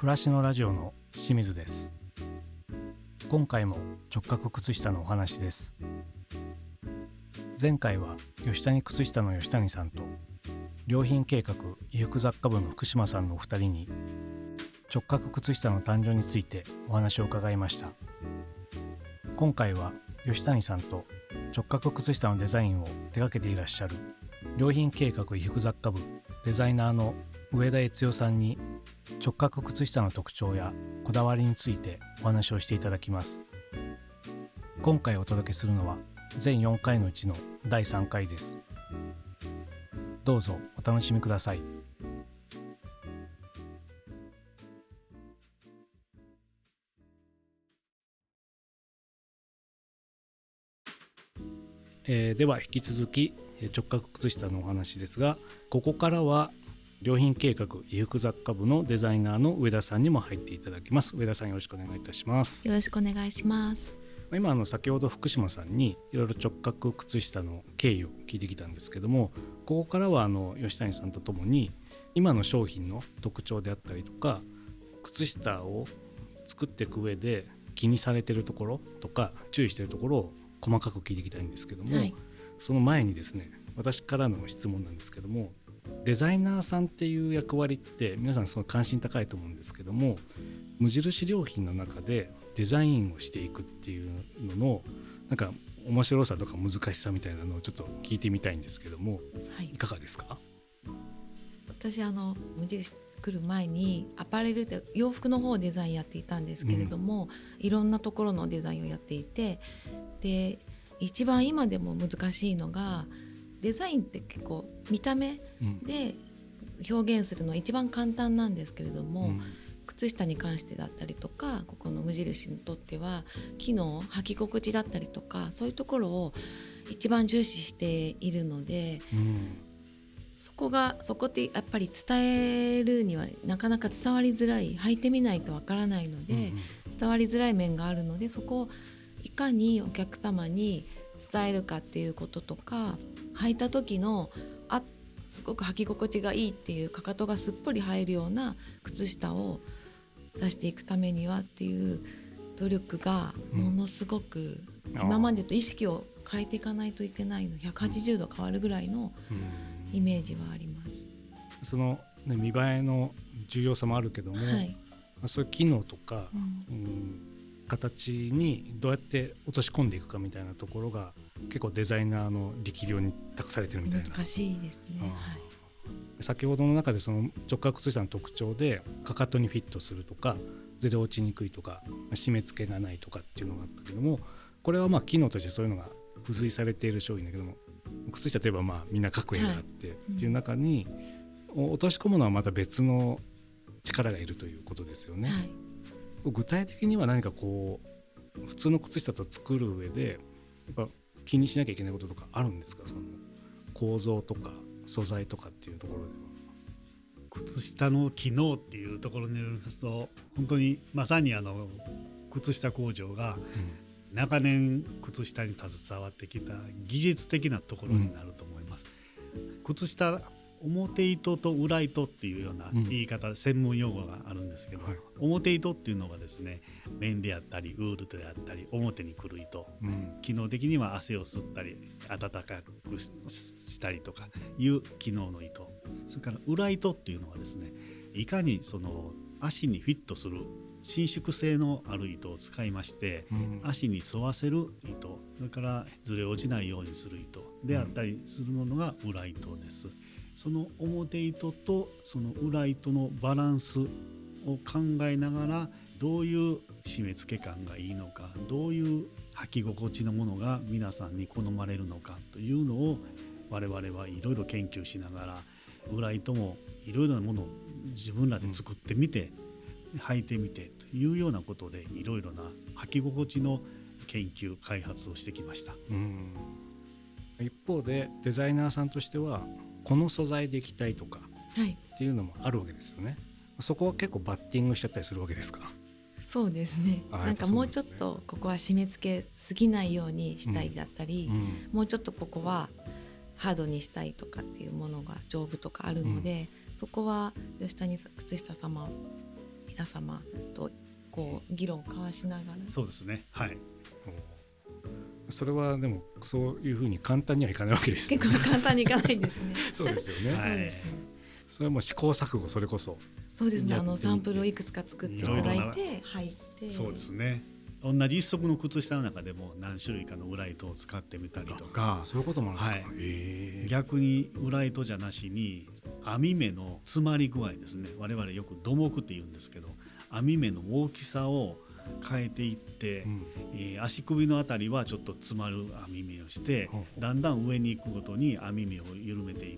暮らしのラジオの清水です。今回も直角靴下のお話です。前回は吉谷靴下の吉谷さんと良品計画衣服雑貨部の福島さんのお二人に直角靴下の誕生についてお話を伺いました。今回は吉谷さんと直角靴下のデザインを手掛けていらっしゃる良品計画衣服雑貨部デザイナーの上田悦代さんに直角靴下の特徴やこだわりについてお話をしていただきます。今回お届けするのは全4回のうちの第3回です。どうぞお楽しみください。では引き続き直角靴下のお話ですが、ここからは良品計画衣服雑貨部のデザイナーの上田さんにも入っていただきます。上田さん、よろしくお願いいたします。 よろしくお願いします。 今先ほど福島さんにいろいろ直角靴下の経緯を聞いてきたんですけども、ここからは吉谷さんとともに今の商品の特徴であったりとか、靴下を作っていく上で気にされているところとか注意しているところを細かく聞いていきたいんですけども、はい、その前にですね、私からの質問なんですけども、デザイナーさんっていう役割って皆さんすごい関心高いと思うんですけども、無印良品の中でデザインをしていくっていうののなんか面白さとか難しさみたいなのをちょっと聞いてみたいんですけども、はい、いかがですか？ 私無印来る前にアパレルで洋服の方をデザインやっていたんですけれども、いろんなところのデザインをやっていて、で一番今でも難しいのがデザインって結構見た目で表現するのは一番簡単なんですけれども、靴下に関してだったりとか、ここの無印にとっては機能、履き心地だったりとか、そういうところを一番重視しているので、そこってやっぱり伝えるにはなかなか伝わりづらい、履いてみないとわからないので、伝わりづらい面があるので、そこをいかにお客様に伝えるかっていうこととか、履いた時のすごく履き心地がいいっていう、かかとがすっぽり入るような靴下を出していくためにはっていう努力がものすごく、今までと意識を変えていかないといけないの、180度変わるぐらいのイメージはあります。 その、見栄えの重要さもあるけども、はい、そういう機能とか、形にどうやって落とし込んでいくかみたいなところが結構デザイナーの力量に託されてるみたいな。 難しいですね、はい、 先ほどの中でその直角靴下の特徴でかかとにフィットするとか、ずれ落ちにくいとか、締め付けがないとかっていうのがあったけども、これは機能としてそういうのが付随されている商品だけども、靴下といえばみんな各絵があってっていう中に落とし込むのはまた別の力がいるということですよね、はい。具体的には何かこう普通の靴下と作る上でやっぱ気にしなきゃいけないこととかあるんですか？その構造とか素材とかっていうところでは。 靴下の機能っていうところによりますと、本当にまさに靴下工場が長年靴下に携わってきた技術的なところになると思います、靴下表糸と裏糸っていうような言い方、専門用語があるんですけど、はい、表糸っていうのがですね、綿であったりウールであったり表に来る糸、機能的には汗を吸ったり暖かくしたりとかいう機能の糸。それから裏糸っていうのはですね、いかにその足にフィットする伸縮性のある糸を使いまして、足に沿わせる糸、それからずれ落ちないようにする糸であったりするのが裏糸です。その表糸とその裏糸のバランスを考えながら、どういう締め付け感がいいのか、どういう履き心地のものが皆さんに好まれるのかというのを我々はいろいろ研究しながら、裏糸もいろいろなものを自分らで作ってみて、履いてみてというようなことで、いろいろな履き心地の研究開発をしてきました。 一方でデザイナーさんとしてはこの素材でいきたいとかっていうのもあるわけですよね、はい。そこは結構バッティングしちゃったりするわけですか？ そうですね、なんかもうちょっとここは締め付けすぎないようにしたいだったり、もうちょっとここはハードにしたいとかっていうものが丈夫とかあるので、そこは吉谷靴下様皆様とこう議論を交わしながら。 そうですね、はい。 それはでもそういうふうに簡単にはいかないわけですよね。 結構簡単にいかないですね。 そうですよね、 はい、 そうですね。 それはもう試行錯誤、それこそそうですね、サンプルをいくつか作っていただいて入って。 そうですね、同じ一足の靴下の中でも何種類かの裏糸を使ってみたりとか。 そういうこともあるんですか。 はい、逆に裏糸じゃなしに編み目の詰まり具合ですね、我々よく土木って言うんですけど、編み目の大きさを変えていって、足首のあたりはちょっと詰まる編み目をして、だんだん上に行くごとに編み目を緩めていって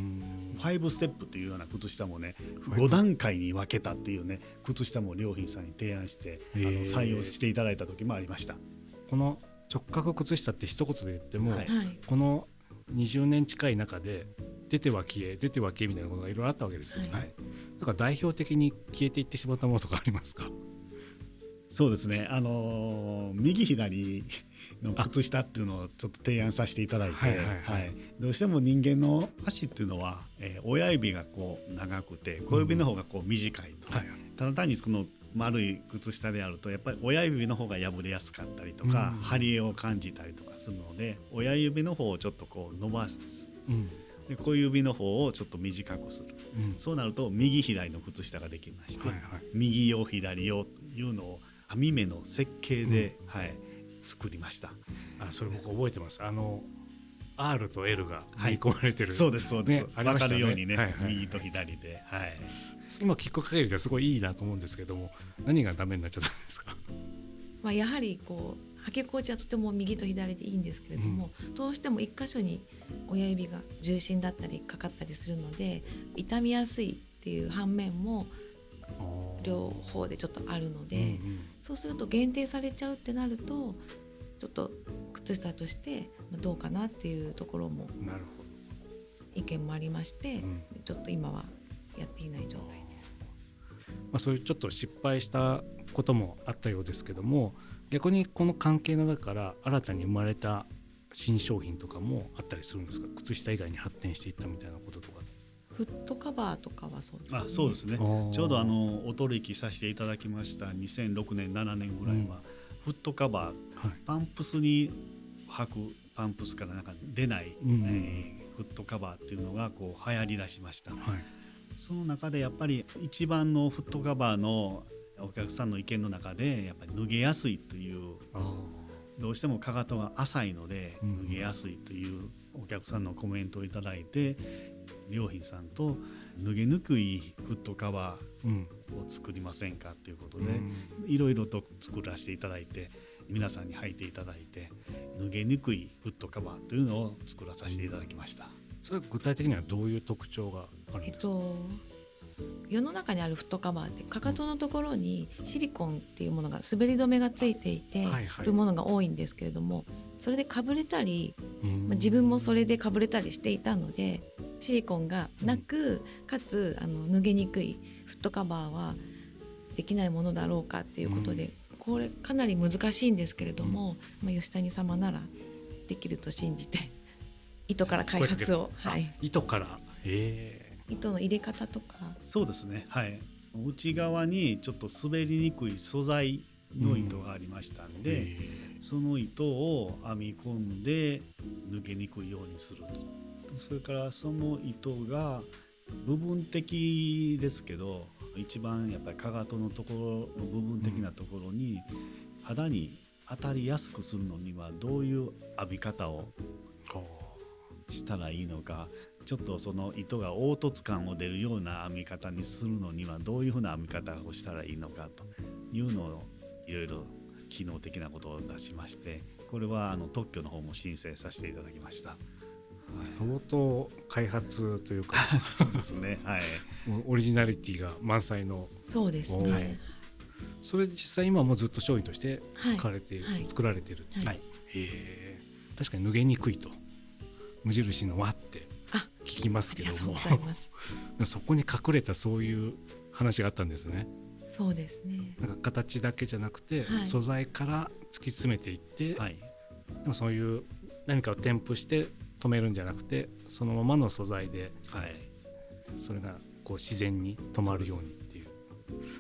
、5ステップというような靴下もね、5段階に分けたっていうね靴下も良品さんに提案して採用していただいた時もありました。 この直角靴下って一言で言っても、 はい、 この20年近い中で出ては消え出ては消えみたいなことがいろいろあったわけですよね、はい、だから代表的に消えていってしまったものとかありますか。 そうですね、右左の靴下っていうのをちょっと提案させていただいて、どうしても人間の足っていうのは、親指がこう長くて小指の方がこう短いと、ただ単にこの丸い靴下であるとやっぱり親指の方が破れやすかったりとか、張り絵を感じたりとかするので、親指の方をちょっとこう伸ばす、で小指の方をちょっと短くする、そうなると右左の靴下ができまして、右用左用というのを編み目の設計で、作りました。 それ僕覚えてます。R と L が組み込まれてる、 そうですそうです、分かるようにね、右と左で、 今聞く限りですごいいいなと思うんですけども、何がダメになっちゃったんですか。 やはりこう履き心地はとても右と左でいいんですけれども、どうしても一箇所に親指が重心だったりかかったりするので傷みやすいっていう反面も両方でちょっとあるので、そうすると限定されちゃうってなるとちょっと靴下としてどうかなっていうところも意見もありまして、ちょっと今はやっていない状態です。 そういうちょっと失敗したこともあったようですけども、逆にこの関係の中から新たに生まれた新商品とかもあったりするんですか。靴下以外に発展していったみたいなこととか。 フットカバーとかはそうですね。 そうですね、ちょうどお取引させていただきました2006年7年ぐらいは、フットカバー、パンプスに履くパンプスからなんか出ない、フットカバーっていうのがこう流行りだしました、その中でやっぱり一番のフットカバーのお客さんの意見の中でやっぱり脱げやすいという、どうしてもかかとが浅いので脱げやすいというお客さんのコメントをいただいて、良品さんと脱げにくいフットカバーを作りませんかということで、いろいろと作らせていただいて、皆さんに履いていただいて脱げにくいフットカバーというのを作らさせていただきました。 それ具体的にはどういう特徴があるんですか。 世の中にあるフットカバーってかかとのところにシリコンっていうものが滑り止めがついていてるものが多いんですけれども、それでかぶれたり、自分もそれでかぶれたりしていたので、シリコンがなくかつ脱げにくいフットカバーはできないものだろうかっていうことで、これかなり難しいんですけれども、吉谷様ならできると信じて糸から開発を、 糸から糸の入れ方とか。 そうですね、内側にちょっと滑りにくい素材の糸がありましたんで、その糸を編み込んで抜けにくいようにすると。それからその糸が部分的ですけど、一番やっぱりかかとのところの部分的なところに肌に当たりやすくするのにはどういう編み方をしたらいいのか、ちょっとその糸が凹凸感を出るような編み方にするのにはどういうふうな編み方をしたらいいのかというのをいろいろ機能的なことを出しまして、これは特許の方も申請させていただきました。 相当開発というかそうですね、 オリジナリティが満載の。 そうですね、 それ実際今もずっと商品として使われている、作られている、確かに脱げにくいと無印の輪って聞きますけどもそこに隠れたそういう話があったんですね。 そうですね、 なんか形だけじゃなくて、素材から突き詰めていって、でもそういう何かを添付して止めるんじゃなくて、そのままの素材で、それがこう自然に止まるようにっていう。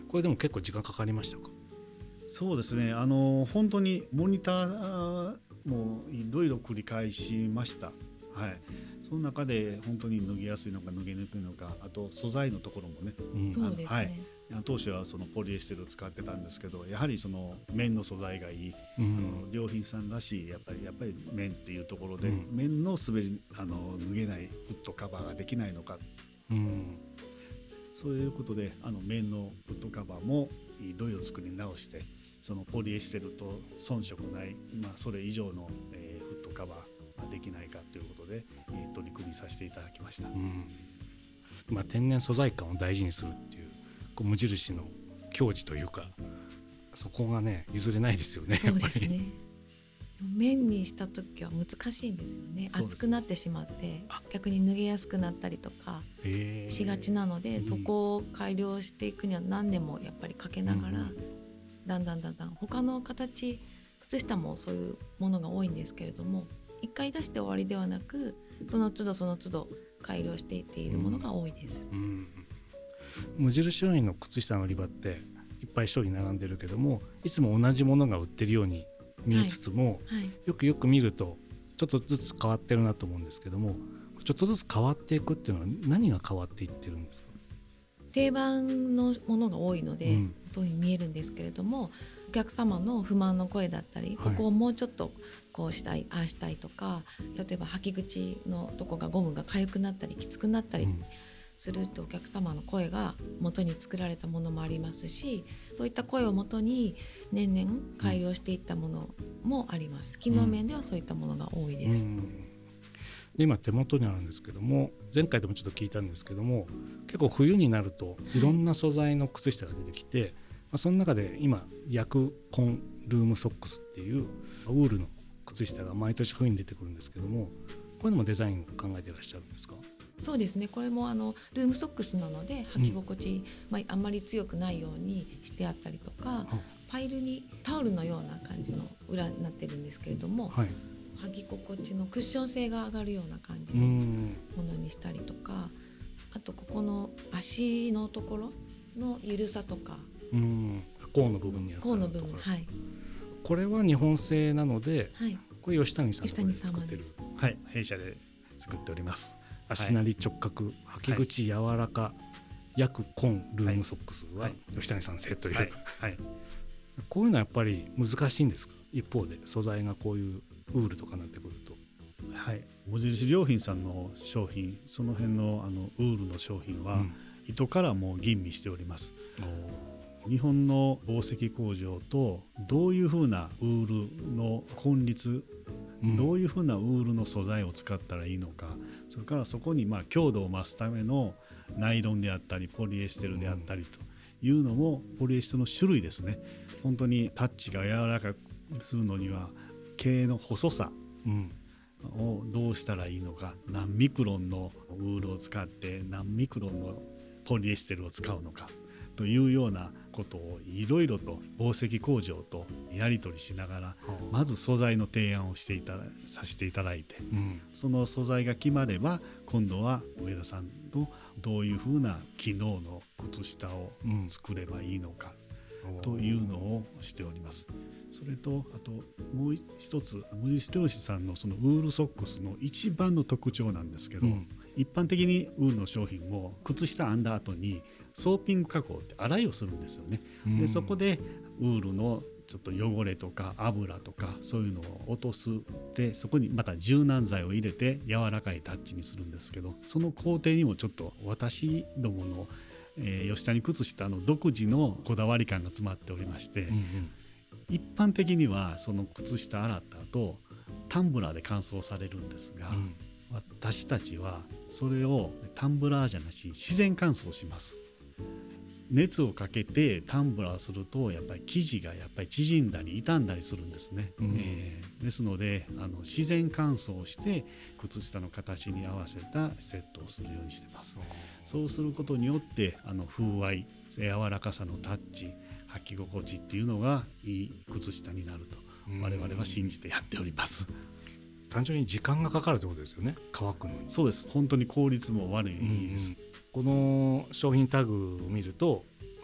これでも結構時間かかりましたか？ そうですね、本当にモニターもいろいろ繰り返しました。はい、その中で本当に脱ぎやすいのか脱げにくいのか、あと素材のところもね、 そうですね、 はい、当初はそのポリエステルを使ってたんですけど、やはりその綿の素材がいい、良品さんらしいやっぱり綿っていうところで、綿の滑り脱げないフットカバーができないのか、そういうことで綿のフットカバーもいろいろ作り直して、そのポリエステルと遜色ない、それ以上の、フットカバーができないかということで、取り組みさせていただきました。 天然素材感を大事にするっていう無印の矜持というか、そこがね譲れないですよね。 そうですね。綿にした時は難しいんですよね。熱くなってしまって逆に脱げやすくなったりとかしがちなので、そこを改良していくには何年もやっぱりかけながら、だんだん他の形、靴下もそういうものが多いんですけれども、一回出して終わりではなく、その都度改良していっているものが多いです。 無印良品の靴下の売り場っていっぱい商品並んでるけども、いつも同じものが売ってるように見えつつも、よく見るとちょっとずつ変わってるなと思うんですけども、ちょっとずつ変わっていくっていうのは何が変わっていってるんですか？ 定番のものが多いので、そういうふうに見えるんですけれども、お客様の不満の声だったり、ここをもうちょっとこうしたい、ああしたいとか、例えば履き口のとこがゴムが痒くなったりきつくなったりすると、お客様の声が元に作られたものもありますし、そういった声を元に年々改良していったものもあります。機能面ではそういったものが多いです。 で今手元にあるんですけども、前回でもちょっと聞いたんですけども、結構冬になるといろんな素材の靴下が出てきて、その中で今ヤクコンルームソックスっていうウールの靴下が毎年冬に出てくるんですけども、こういうのもデザインを考えていらっしゃるんですか？ そうですね、これもルームソックスなので履き心地、あんまり強くないようにしてあったりとか、パイルにタオルのような感じの裏になってるんですけれども、履き心地のクッション性が上がるような感じのものにしたりとか、あとここの足のところの緩さとか、 甲の部分にある甲の部分、 これは日本製なので、これ吉谷さんのところで作ってる？ はい、弊社で作っております。 足なり直角、履き口柔らか、ヤクコンルームソックスは吉谷さん製という、こういうのはやっぱり難しいんですか？一方で素材がこういうウールとかになってくると。 無印良品さんの商品、その辺のウールの商品は、糸からも吟味しております。日本の紡績工場とどういうふうなウールの根率、どういうふうなウールの素材を使ったらいいのか、それからそこに強度を増すためのナイロンであったりポリエステルであったりというのも、ポリエステルの種類ですね。本当にタッチが柔らかくするのには毛の細さをどうしたらいいのか、何ミクロンのウールを使って何ミクロンのポリエステルを使うのかというようなことをいろいろと紡績工場とやり取りしながら、まず素材の提案をさせていただいて、その素材が決まれば今度は上田さんとどういうふうな機能の靴下を作ればいいのかというのをしております。それとあともう一つ、無印良品さんのそのウールソックスの一番の特徴なんですけど、一般的にウールの商品も靴下編んだ後にソーピング加工って洗いをするんですよね。でそこでウールのちょっと汚れとか油とかそういうのを落とす。でそこにまた柔軟剤を入れて柔らかいタッチにするんですけど、その工程にもちょっと私どもの、吉谷靴下の独自のこだわり感が詰まっておりまして、一般的にはその靴下洗った後タンブラーで乾燥されるんですが、私たちはそれをタンブラーじゃなし自然乾燥します。熱をかけてタンブラーするとやっぱり生地がやっぱり縮んだり傷んだりするんですね。ですので自然乾燥して靴下の形に合わせたセットをするようにしてます。そうすることによって風合い、柔らかさのタッチ、履き心地っていうのがいい靴下になると我々は信じてやっております。 単純に時間がかかるということですよね、乾くのに。 そうです。本当に効率も悪いです。 この商品タグを見ると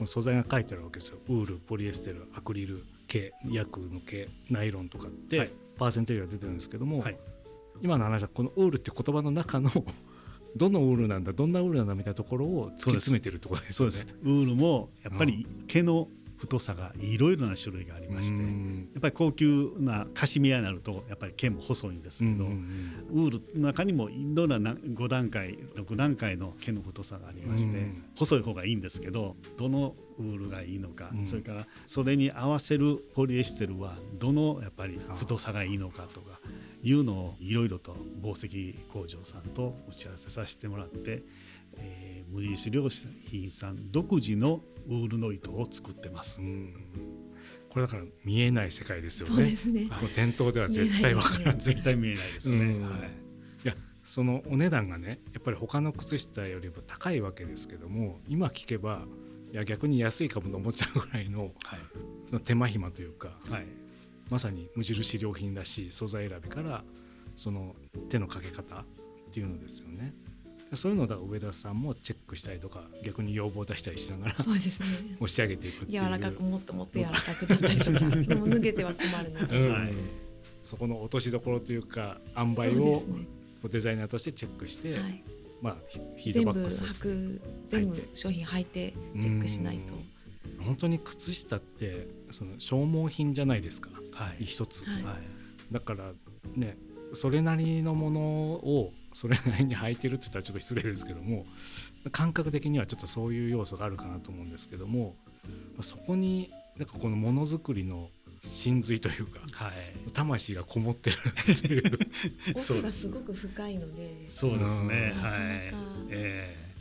の素材が書いてあるわけですよ。ウール、ポリエステル、アクリル、毛、薬の毛、ナイロンとかって、はい、パーセンテージが出てるんですけども、はい、今の話はこのウールって言葉の中のどのウールなんだ、どんなウールなんだみたいなところを突き詰めてるってことですよね。そうです。 ウールもやっぱり毛の太さがいろいろな種類がありまして、やっぱり高級なカシミヤになるとやっぱり毛も細いんですけど、ウールの中にもいろんな5段階6段階の毛の太さがありまして、細い方がいいんですけど、どのウールがいいのか、それからそれに合わせるポリエステルはどのやっぱり太さがいいのかとかいうのをいろいろと紡績工場さんと打ち合わせさせてもらって、無印良品さん独自のウールの糸を作ってます。 これだから見えない世界ですよね。 そうですね。 店頭では絶対わからない、 絶対見えないですね。はい、 いやそのお値段がねやっぱり他の靴下よりも高いわけですけども、今聞けばいや逆に安いかもと思っちゃうぐらいの、はい、その手間暇というか、はい、まさに無印良品らしい素材選びからその手のかけ方っていうのですよね。そういうのをだから上田さんもチェックしたりとか逆に要望を出したりしながらそうですね、 押し上げていくっていう、 柔らかくもっと柔らかくだったりとかでも脱げては困るので、 はい、そこの落としどころというか塩梅をデザイナーとしてチェックして、はい、まあ、フィードバックする、 全部商品履いてチェックしないと。 本当に靴下ってその消耗品じゃないですか、はい、一つ、はい、だからねそれなりのものをそれなりに履いてるって言ったらちょっと失礼ですけども、感覚的にはちょっとそういう要素があるかなと思うんですけども、そこになんかこのものづくりの真髄というか、はい、魂がこもってるっていう奥がすごく深いので、 そうですね、 はい、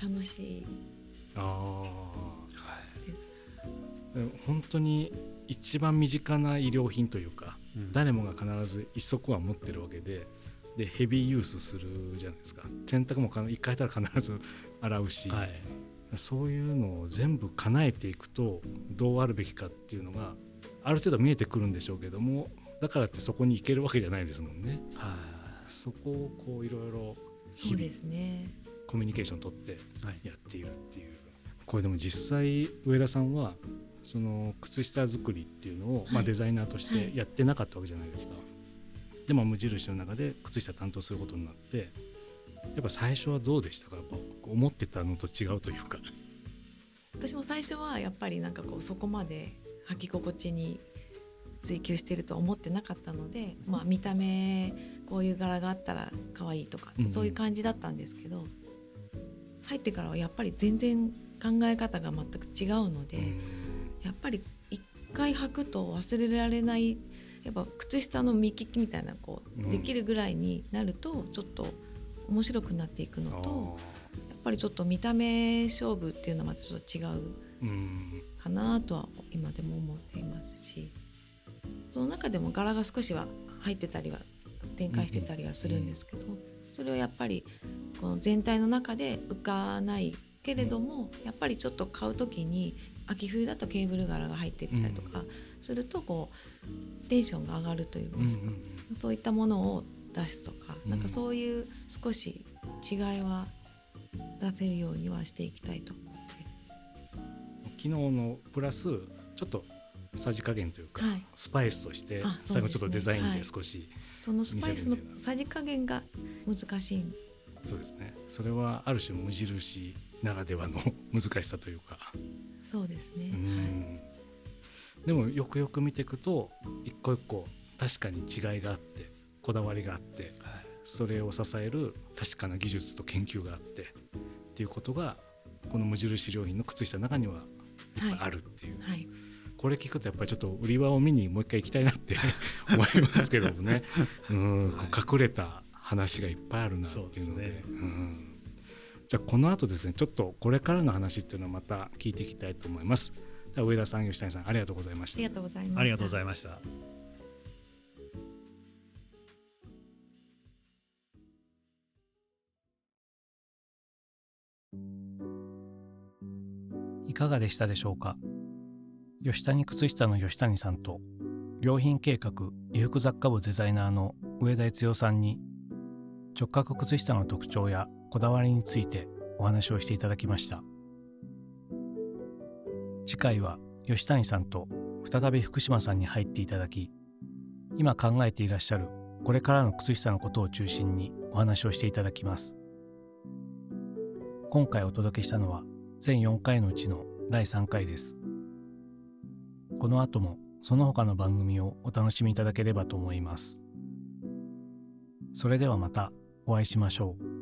楽しい。 本当に一番身近な衣料品というか、誰もが必ず一足は持ってるわけで、ヘビーユースするじゃないですか。洗濯も1回やったら必ず洗うし、はい、そういうのを全部叶えていくとどうあるべきかっていうのがある程度見えてくるんでしょうけども、だからってそこに行けるわけじゃないですもんね。そこをこういろいろ日々コミュニケーション取ってやっているっていう、これでも実際上田さんはその靴下作りっていうのを、デザイナーとしてやってなかったわけじゃないですか。でも無印の中で靴下担当することになって、やっぱ最初はどうでしたか？やっぱ思ってたのと違うというか。 私も最初はやっぱりなんかこうそこまで履き心地に追求してるとは思ってなかったので、見た目こういう柄があったら可愛いとか、そういう感じだったんですけど、入ってからはやっぱり全然考え方が全く違うので、やっぱり一回履くと忘れられない、やっぱ靴下の見聞きみたいなこうできるぐらいになるとちょっと面白くなっていくのと、やっぱりちょっと見た目勝負っていうのはまたちょっと違うかなとは今でも思っていますし、その中でも柄が少しは入ってたりは展開してたりはするんですけど、それをやっぱりこの全体の中で浮かないけれども、やっぱりちょっと買うときに秋冬だとケーブル柄が入ってたりとかするとこうテンションが上がるといいますか、そういったものを出すとか、なんかそういう少し違いは出せるようにはしていきたいと思って、 昨日のプラスちょっとさじ加減というか、スパイスとして最後ちょっとデザインで少しそのスパイスのさじ加減が難しい。 そうですね、それはある種無印ならではの難しさというか。 そうですね、 でもよくよく見ていくと一個一個確かに違いがあってこだわりがあって、それを支える確かな技術と研究があってっていうことがこの無印良品の靴下の中にはいっぱいあるっていう、これ聞くとやっぱりちょっと売り場を見にもう一回行きたいなって思いますけどもね隠れた話がいっぱいあるなっていうので、じゃあこの後ですね、ちょっとこれからの話っていうのをまた聞いていきたいと思います。では上田さん、吉谷さん、ありがとうございました。 ありがとうございました。 ありがとうございました。 いかがでしたでしょうか。吉谷靴下の吉谷さんと良品計画衣服雑貨部デザイナーの上田悦代さんに直角靴下の特徴やこだわりについてお話をしていただきました。 次回は吉谷さんと再び福島さんに入っていただき、今考えていらっしゃるこれからの靴下のことを中心にお話をしていただきます。今回お届けしたのは全4回のうちの第3回です。この後もその他の番組をお楽しみいただければと思います。それではまたお会いしましょう。